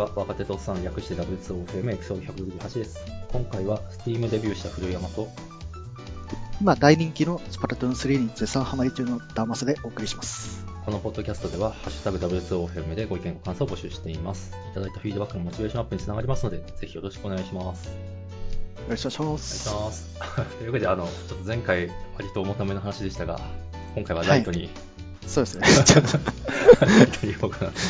若手とおっさん略して W2OFM エピソード168です。今回は Steam デビューした古山と今大人気のスプラトゥーン3に絶賛ハマり中のダーマスでお送りします。 このポッドキャストではハッシュタグ W2OFM でご意見ご感想を募集しています。いただいたフィードバックのモチベーションアップにつながりますので、ぜひよろしくお願いします。 よろしくお願いします。 お願いします。というわけで、ちょっと前回割と重ための話でしたが、今回はライトに、 そうですね。 ライトにいこうかなと。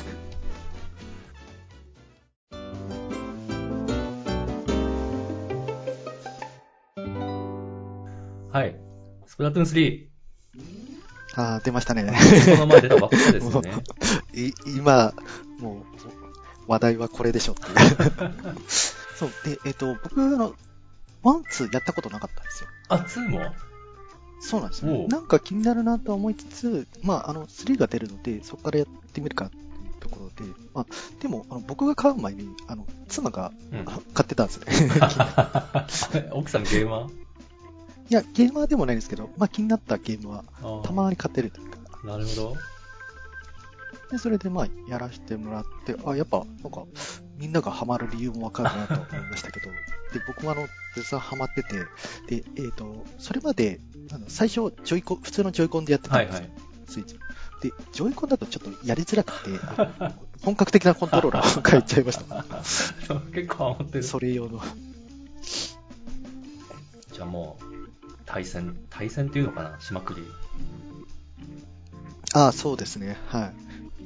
はい。スプラトゥーン3。 出ましたね。 この前出たばっかですよね。 今、もう、話題はこれでしょっていう。そう。で、僕、1、2やったことなかったんですよ。 あ、2も？ そうなんですよ。なんか気になるなとは思いつつ、3が出るので、そこからやってみるかっていうところで、でも、僕が買う前に、妻が、買ってたんですよね。 奥さんゲーマー？ いや、ゲーマーでもないですけど、気になったゲームは、たまに買ってるというか。 なるほど。 で、それでやらせてもらって、やっぱ、なんか、みんながハマる理由もわかるなと思いましたけど、で、僕も絶賛ハマってて、で、それまで、最初、普通のジョイコンでやってたんですよ。スイッチ。で、ジョイコンだとちょっとやりづらくて、本格的なコントローラーを変えちゃいました。 結構ハマってる。 それ用の。 じゃあもう、対戦っていうのかな、しまくり。 そうですね。はい。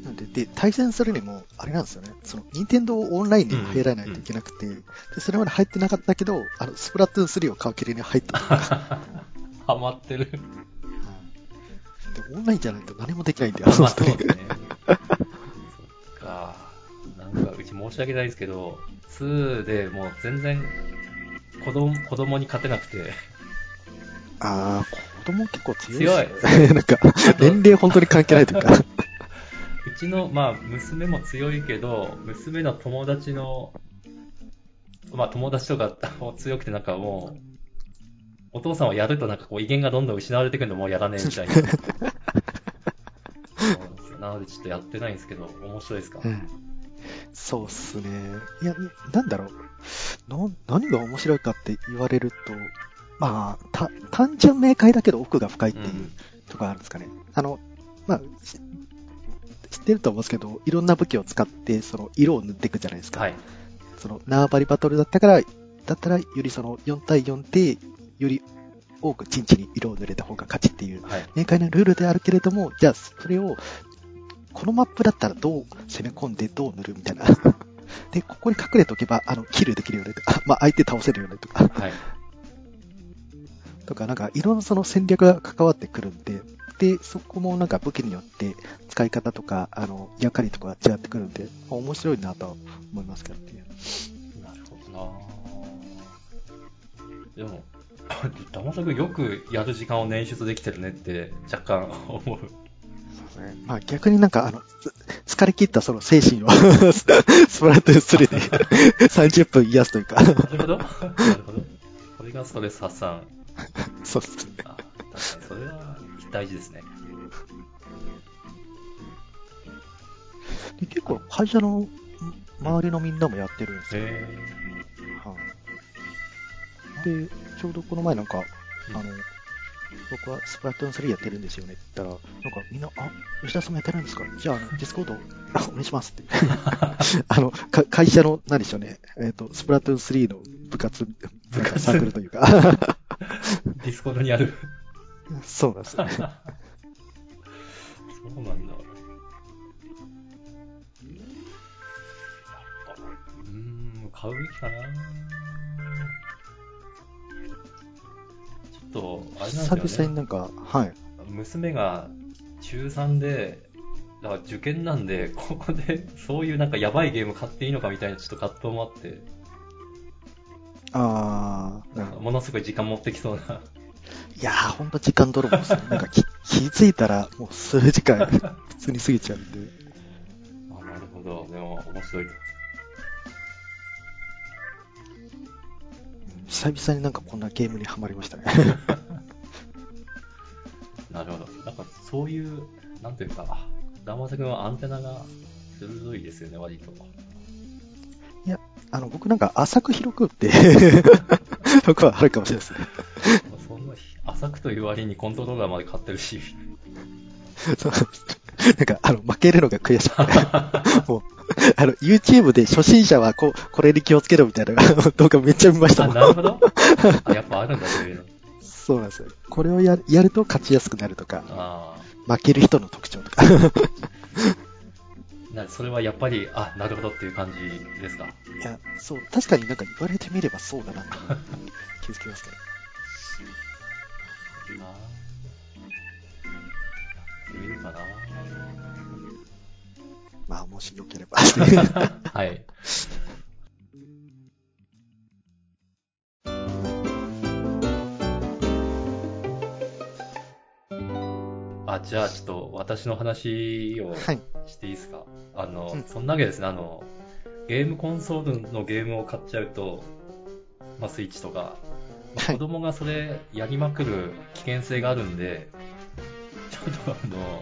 なんで、対戦するにも、あれなんですよね。任天堂オンラインに入らないといけなくて、で、それまで入ってなかったけど、スプラトゥーン3を皮切りに入ったというか。 ハマってる。 で、オンラインじゃないと何もできないんだよ。 そうですね。そっか。なんか、うち申し訳ないですけど、2でもう全然、子供に勝てなくて。 子供結構強いですね。 強い。 なんか、年齢本当に関係ないというか。 うちの、娘も強いけど、娘の友達の、友達とかも強くてなんかもう、お父さんはやるとなんかこう威厳がどんどん失われてくるのもうやらねえみたいな。そうなんですよ。なのでちょっとやってないんですけど、面白いですか？ そうっすね。いや、なんだろう。何が面白いかって言われると、単純明快だけど奥が深いっていうところあるんですかね。知ってると思うんですけど、いろんな武器を使って、色を塗っていくじゃないですか。 はい。 縄張りバトルだったら、より4対4で、より多く陣地に色を塗れた方が勝ちっていう、明快なルールであるけれども、じゃあ、それを、このマップだったらどう攻め込んでどう塗るみたいな。で、ここに隠れておけば、キルできるよねとか、相手倒せるよねとか。 はい。 とか、なんか、いろんなその戦略が関わってくるんで、で、そこもなんか武器によって使い方とか、役割とか違ってくるんで、面白いなと思いますけどね。 なるほどな。でも、ダマサ君よくやる時間を捻出できてるねって若干思う。 そうですね。逆になんか疲れ切ったその精神をスプラトゥーン3で30分癒すというか。 なるほど。なるほど。これがストレス発散。 そうですね。 確かにそれは大事ですね。 で結構会社の周りのみんなもやってるんですよ。で、ちょうどこの前なんか、僕はスプラトゥーン3やってるんですよねって言ったら、なんかみんな、吉田さんもやってるんですか？じゃあ、ディスコード、お願いしますって。会社の、何でしょうね、スプラトゥーン3の部活サークルというか。 ディスコードにある。 そうなんですね。 そうなんだ。買うべきかな。ちょっと、あれなんですよね。 久々になんか、はい。 娘が中3で、だから受験なんで、ここでそういうなんかやばいゲーム買っていいのかみたいなちょっと葛藤もあって。ものすごい時間持ってきそうな。 いやー、ほんと時間泥棒ですね。なんか気づいたらもう数時間普通に過ぎちゃうんで。 なるほど。でも面白い。 久々になんかこんなゲームにはまりましたね。 なるほど。なんかそういう、なんていうか、ダマセ君はアンテナが鋭いですよね、割と。 僕なんか浅く広くって僕はあるかもしれないですね。 そんな浅くという割にコントローラーまで買ってるし。 そうなんか、負けるのが悔しくて。もう、YouTube で初心者はこれに気をつけろみたいな動画めっちゃ見ましたもん。 なるほど。やっぱあるんだ、そういうの。 そうなんですよ。これをやると勝ちやすくなるとか、負ける人の特徴とか。 それはやっぱり、なるほどっていう感じですか。 いや、そう、確かになんか言われてみればそうだなって気づきますね。 やってみるかな。 まあ、もしよければ。 はい。じゃあちょっと私の話をしていいですか。そんなわけですね、ゲームコンソールのゲームを買っちゃうと、スイッチとか、子供がそれやりまくる危険性があるんで、ちょっとこ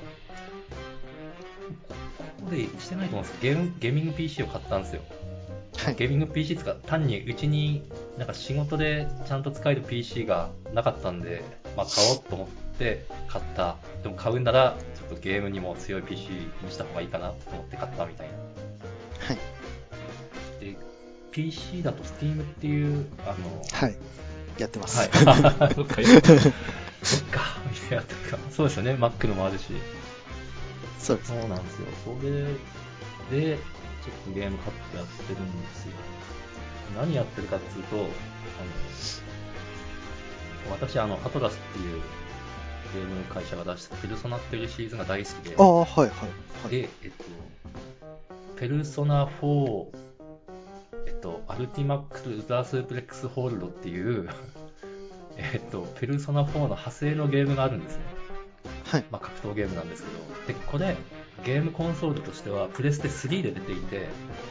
こでしてないと思うんですけど、ゲーミング PC を買ったんですよ。ゲーミング PC とか単にうちになんか仕事でちゃんと使える PC がなかったんで、買おうと思って買った。でも買うんならちょっとゲームにも強い PC にした方がいいかなと思って買ったみたいな。 はい。 で、PC だと Steam っていうはい。やってます。 はい。そっか。そっか。やってるか。そうですよね。Mac のもあるし。 そうです。 そうなんですよ。それで、ちょっとゲーム買ってやってるんですよ。何やってるかっていうと、私、アトラスっていうゲーム会社が出したペルソナっていうシリーズが大好きで、 はいはい。 で、ペルソナ4、アルティマックス・ウザースープレックス・ホールドっていうペルソナ4の派生のゲームがあるんですね。 はい。 格闘ゲームなんですけど、で、これ、ゲームコンソールとしてはプレステ3で出ていて、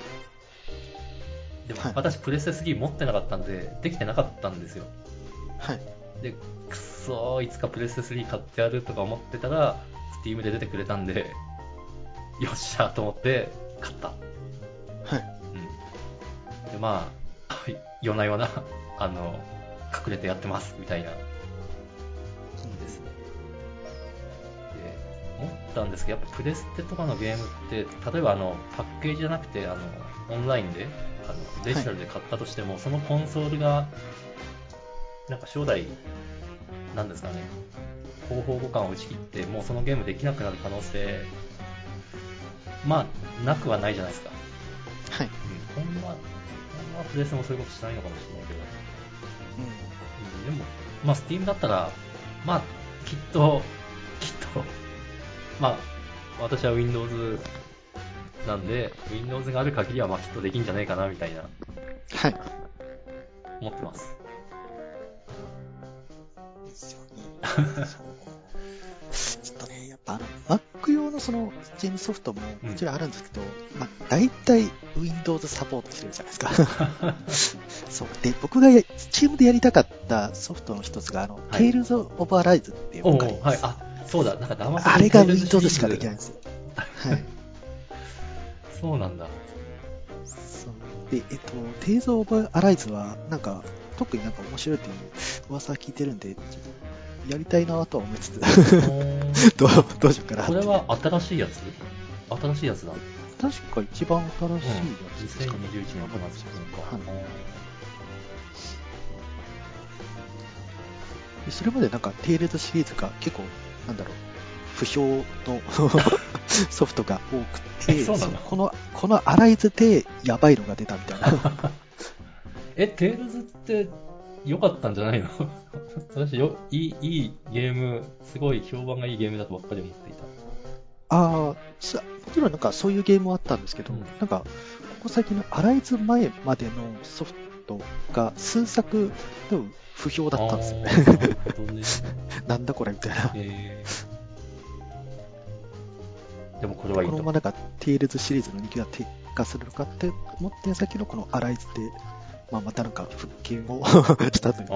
でも、私プレステ3持ってなかったんで、できてなかったんですよ。 はい。 で、くそー、いつかプレステ3買ってやるとか思ってたら、Steam で出てくれたんで、よっしゃーと思って買った。 はい。 で、夜な夜な、隠れてやってます、みたいな。ですね。で、思ったんですけど、やっぱプレステとかのゲームって、例えばパッケージじゃなくて、オンラインで、デジタルで買ったとしても、そのコンソールが、なんか将来、なんですかね、広報互換を打ち切って、もうそのゲームできなくなる可能性、なくはないじゃないですか。 はい。 ほんまプレスもそういうことしないのかもしれないけど。でも、Steam だったら、きっと、私は Windows なんで、Windows がある限りは、きっとできんじゃないかな、みたいな。 はい。 思ってます。 ですよね。そう。ちょっとね、やっぱMac 用のその Steam ソフトももちろんあるんですけど、大体 Windows サポートしてるじゃないですか。そう。で、僕がSteam でやりたかったソフトの一つが、Tales of Arise っていうのがあります。 はい。そうだ、なんか騙さあれが Windows しかできないんですよ。はい。 そうなんだ。 そう。で、Tales of Arise は、特に面白いという噂は聞いてるんで、やりたいなとは思いつつどうしようかなって。 これは新しいやつだ。 確か一番新しいやつですかね。 2021年9月でそれまでテイルズシリーズが結構、不評のソフトが多くて、このアライズでやばいのが出たみたいな。 テイルズって良かったんじゃないの私いいゲーム、すごい評判がいいゲームだとばっかり思っていた。 もちろんそういうゲームはあったんですけど、ここ最近のアライズ前までのソフトが数作の不評だったんですよね。 なるほどね。 なんだこれみたいな。 でもこれはいいと。 このままテイルズシリーズの人気が低下するのかって思って先のこのアライズで、また復権をしたというか。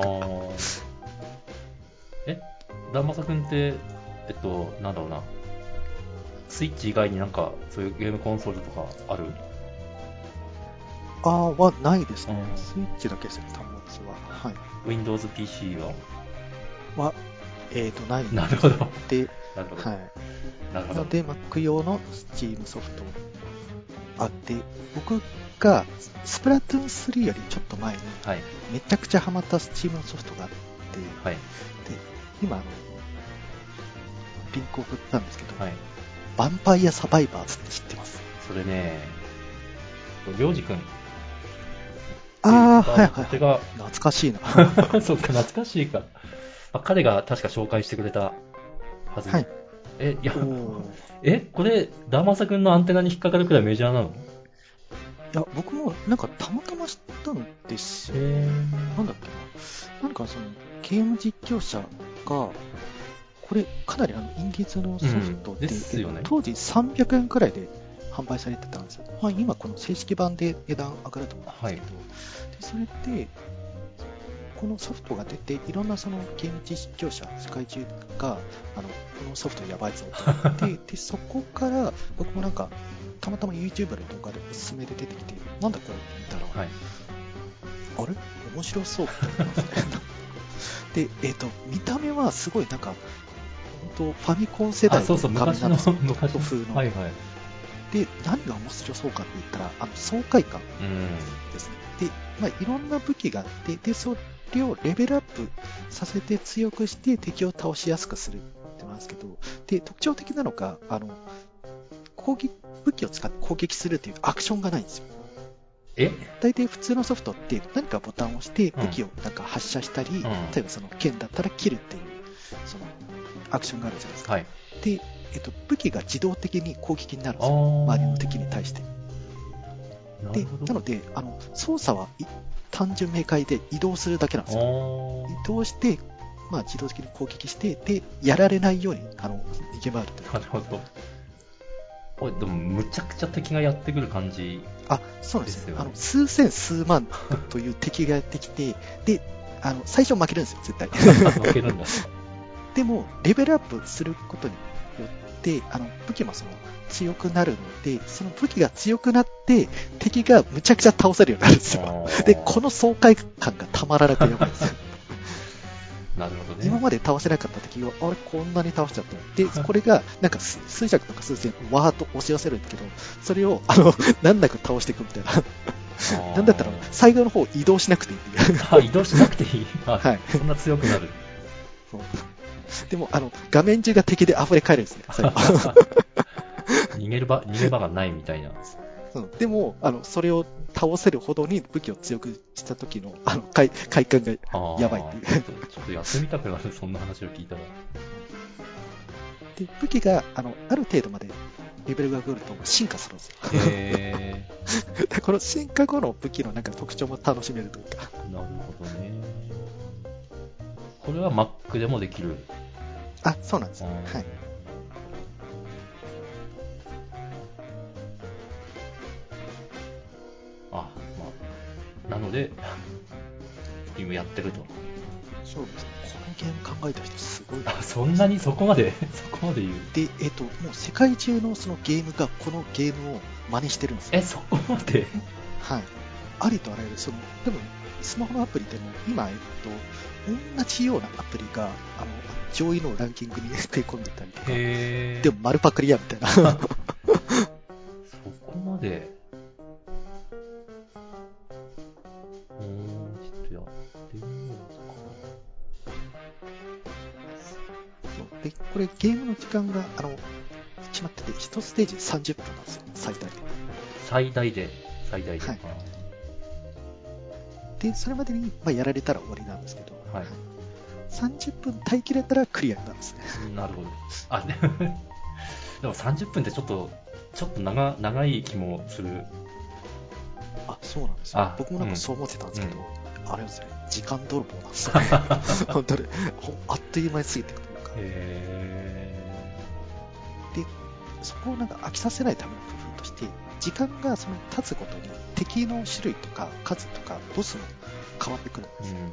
ダンマサ君って、なんだろうな。スイッチ以外にそういうゲームコンソールとかある？ はないですね。 うんスイッチだけですね、端末は。はい。 Windows PC はは、ないです。 なるほど。 で、 なるほど。 はい。 なるほど。 なので、Mac 用の Steam ソフトあって、僕がスプラトゥーン3よりちょっと前に、 はい。 めちゃくちゃハマった Steam のソフトがあって、 はい。 で、今、リンクを送ったんですけど、 はい。 ヴァンパイアサバイバーズって知ってます？ それね、りょうじくん。 はいはいはい。 手が、 懐かしいな。 そうか、懐かしいか。彼が確か紹介してくれたはず。 はい。 いや、 おこれ、ダーマサ君のアンテナに引っかかるくらいメジャーなの？ いや、僕もなんかたまたま知ったんですよ。なんだっけな。なんかその、ゲーム実況者が、これかなりインディーズのソフトで、 ですよね。 当時300円くらいで販売されてたんですよ。まあ今この正式版で値段上がると思うんですけど、でそれで、このソフトが出て、いろんなそのゲーム実況者、世界中が、このソフトやばいぞと思って、で、そこから僕もなんか、たまたま YouTube の動画でおすすめで出てきて、なんだこれって見たら、 はい、 あれ面白そうって思いますね。で、見た目はすごいなんか、本当ファミコン世代の画面なんですよ。 昔の風の。 はいはい。 で、何が面白そうかって言ったら、爽快感ですね。で、まあ、いろんな武器があって、で、それをレベルアップさせて強くして敵を倒しやすくするってなんですけど、で、特徴的なのが、武器を使って攻撃するっていうアクションがないんですよ。大体普通のソフトって何かボタンを押して武器をなんか発射したり、例えばその剣だったら切るっていうそのアクションがあるじゃないですか。はい、で、武器が自動的に攻撃になるんですよ。周りの敵に対して。で、なので、操作は単純明快で移動するだけなんですよ。移動して、まあ自動的に攻撃して、で、やられないように、逃げ回るという。 なるほど。これでもむちゃくちゃ敵がやってくる感じ、 そうなんですよ。数千数万という敵がやってきて、で、最初負けるんですよ、絶対。 負けるんだ。 でも、レベルアップすることによって、武器も強くなるので、その武器が強くなって、敵がむちゃくちゃ倒せるようになるんですよ。で、この爽快感がたまらなくやばいんですよ。 なるほどね。 今まで倒せなかった敵を、あれ、こんなに倒しちゃった。で、これが、なんか数百とか数千、わーっと押し寄せるんだけど、それを、難なく倒していくみたいな。なんだったら、最後の方移動しなくていいっていう。 移動しなくていいはい。そんな強くなる。 でも、画面中が敵で溢れ返るんですね、最後。 逃げ場がないみたいな。 でも、それを倒せるほどに武器を強くした時の、快感がやばいっていう。 ちょっとやってみたくなる、そんな話を聞いたら。 で、武器が、ある程度までレベルが上がると進化するんですよ。この進化後の武器のなんか特徴も楽しめるというか。 なるほどね。これは Mac でもできる？ そうなんです。はい。 なので、今やってると。 そうです。このゲーム考えた人すごい。 そんなにそこまで言う。 で、もう世界中のそのゲームがこのゲームを真似してるんですよ。 そこまではい。ありとあらゆる、でも、スマホのアプリでも、今、同じようなアプリが、上位のランキングに食い込んでたりとか、でも丸パクリやみたいな。そこまで。ちょっとやってみようかな。で、これゲームの時間が、決まってて、1ステージ30分なんですよ、最大で。 最大で。はい。 で、それまでに、やられたら終わりなんですけど、 はい、 30分耐えきれたらクリアなんですね。 なるほど。でも30分ってちょっと長い気もする。 そうなんですよ。僕もなんかそう思ってたんですけど、あれですね、時間泥棒なんですよ。本当に、あっという間に過ぎていくというか。で、そこをなんか飽きさせないための工夫として、時間がその経つごとに敵の種類とか数とかボスも変わってくるんですよ。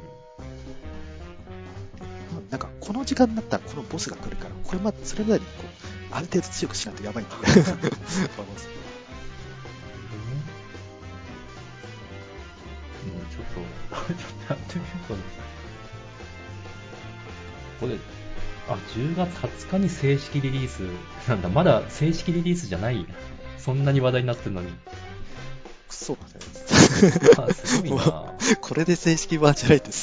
なんかこの時間になったらこのボスが来るから、これまでそれまでにある程度強くしないとやばいって思います。 これ、10月20日に正式リリースなんだ。まだ正式リリースじゃない。そんなに話題になってるのに。 そうなんですね。 すごいな。 これで正式版じゃないです。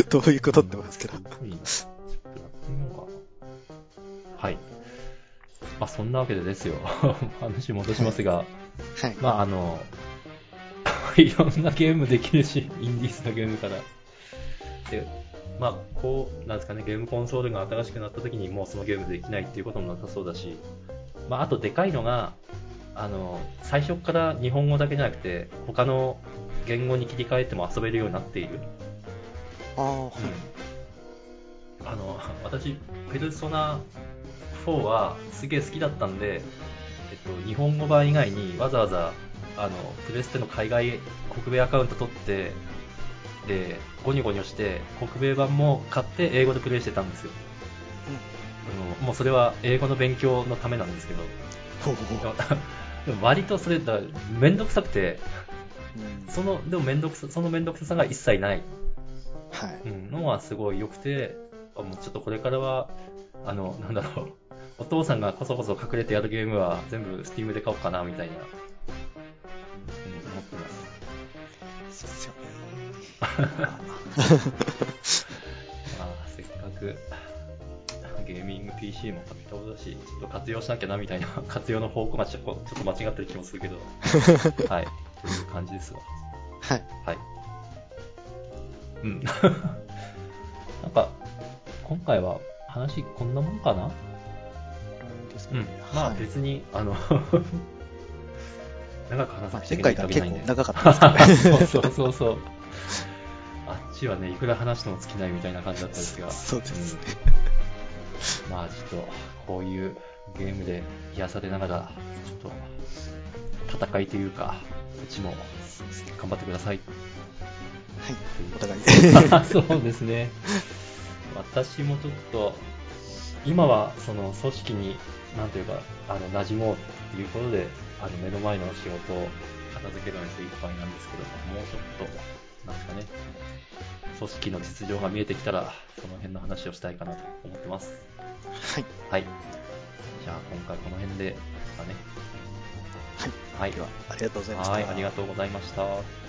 どういうことって思いますけど。 すごいな。ちょっとやってみようかな。はい。そんなわけでですよ。話戻しますが、はい。いろんなゲームできるし、インディーズのゲームから。で、なんですかね、ゲームコンソールが新しくなった時にもうそのゲームできないっていうこともなさそうだし、あとでかいのが、最初から日本語だけじゃなくて、他の言語に切り替えても遊べるようになっている。私、ペルソナ4はすげえ好きだったんで、日本語版以外にわざわざプレステの海外北米アカウント取って、でゴニョゴニョして北米版も買って英語でプレイしてたんですよ。もうそれは英語の勉強のためなんですけど、でも割とそれだめんどくさくて、そのめんどくささが一切ない、のはすごい良くて、もうちょっとこれからはなんだろう、お父さんがこそこそ隠れてやるゲームは全部 Steam で買おうかなみたいな、思ってます。 そうですよね。 せっかくゲーミング PC も買ったことだし、ちょっと活用しなきゃなみたいな活用の方向がちょっと間違ってる気もするけど、はい、という感じですわ。はい。なんか今回は話こんなもんかな。別に長く話さなきゃいけないわけじゃないんで。 前回が結構長かったですね。 そう。あっちはね、いくら話しても尽きないみたいな感じだったんですが。 そうですね。 ちょっとこういうゲームで癒されながら、ちょっと戦いというか、うちも頑張ってください。 はい、お互い。 そうですね。私もちょっと今はその組織になんというか馴染もうっていうことで目の前の仕事を片付けるのに精一杯なんですけど、もうちょっとなんですかね、組織の実情が見えてきたらその辺の話をしたいかなと思ってます。はい。じゃあ今回この辺でですかね。 はい。ではありがとうございました。 はい、ありがとうございました。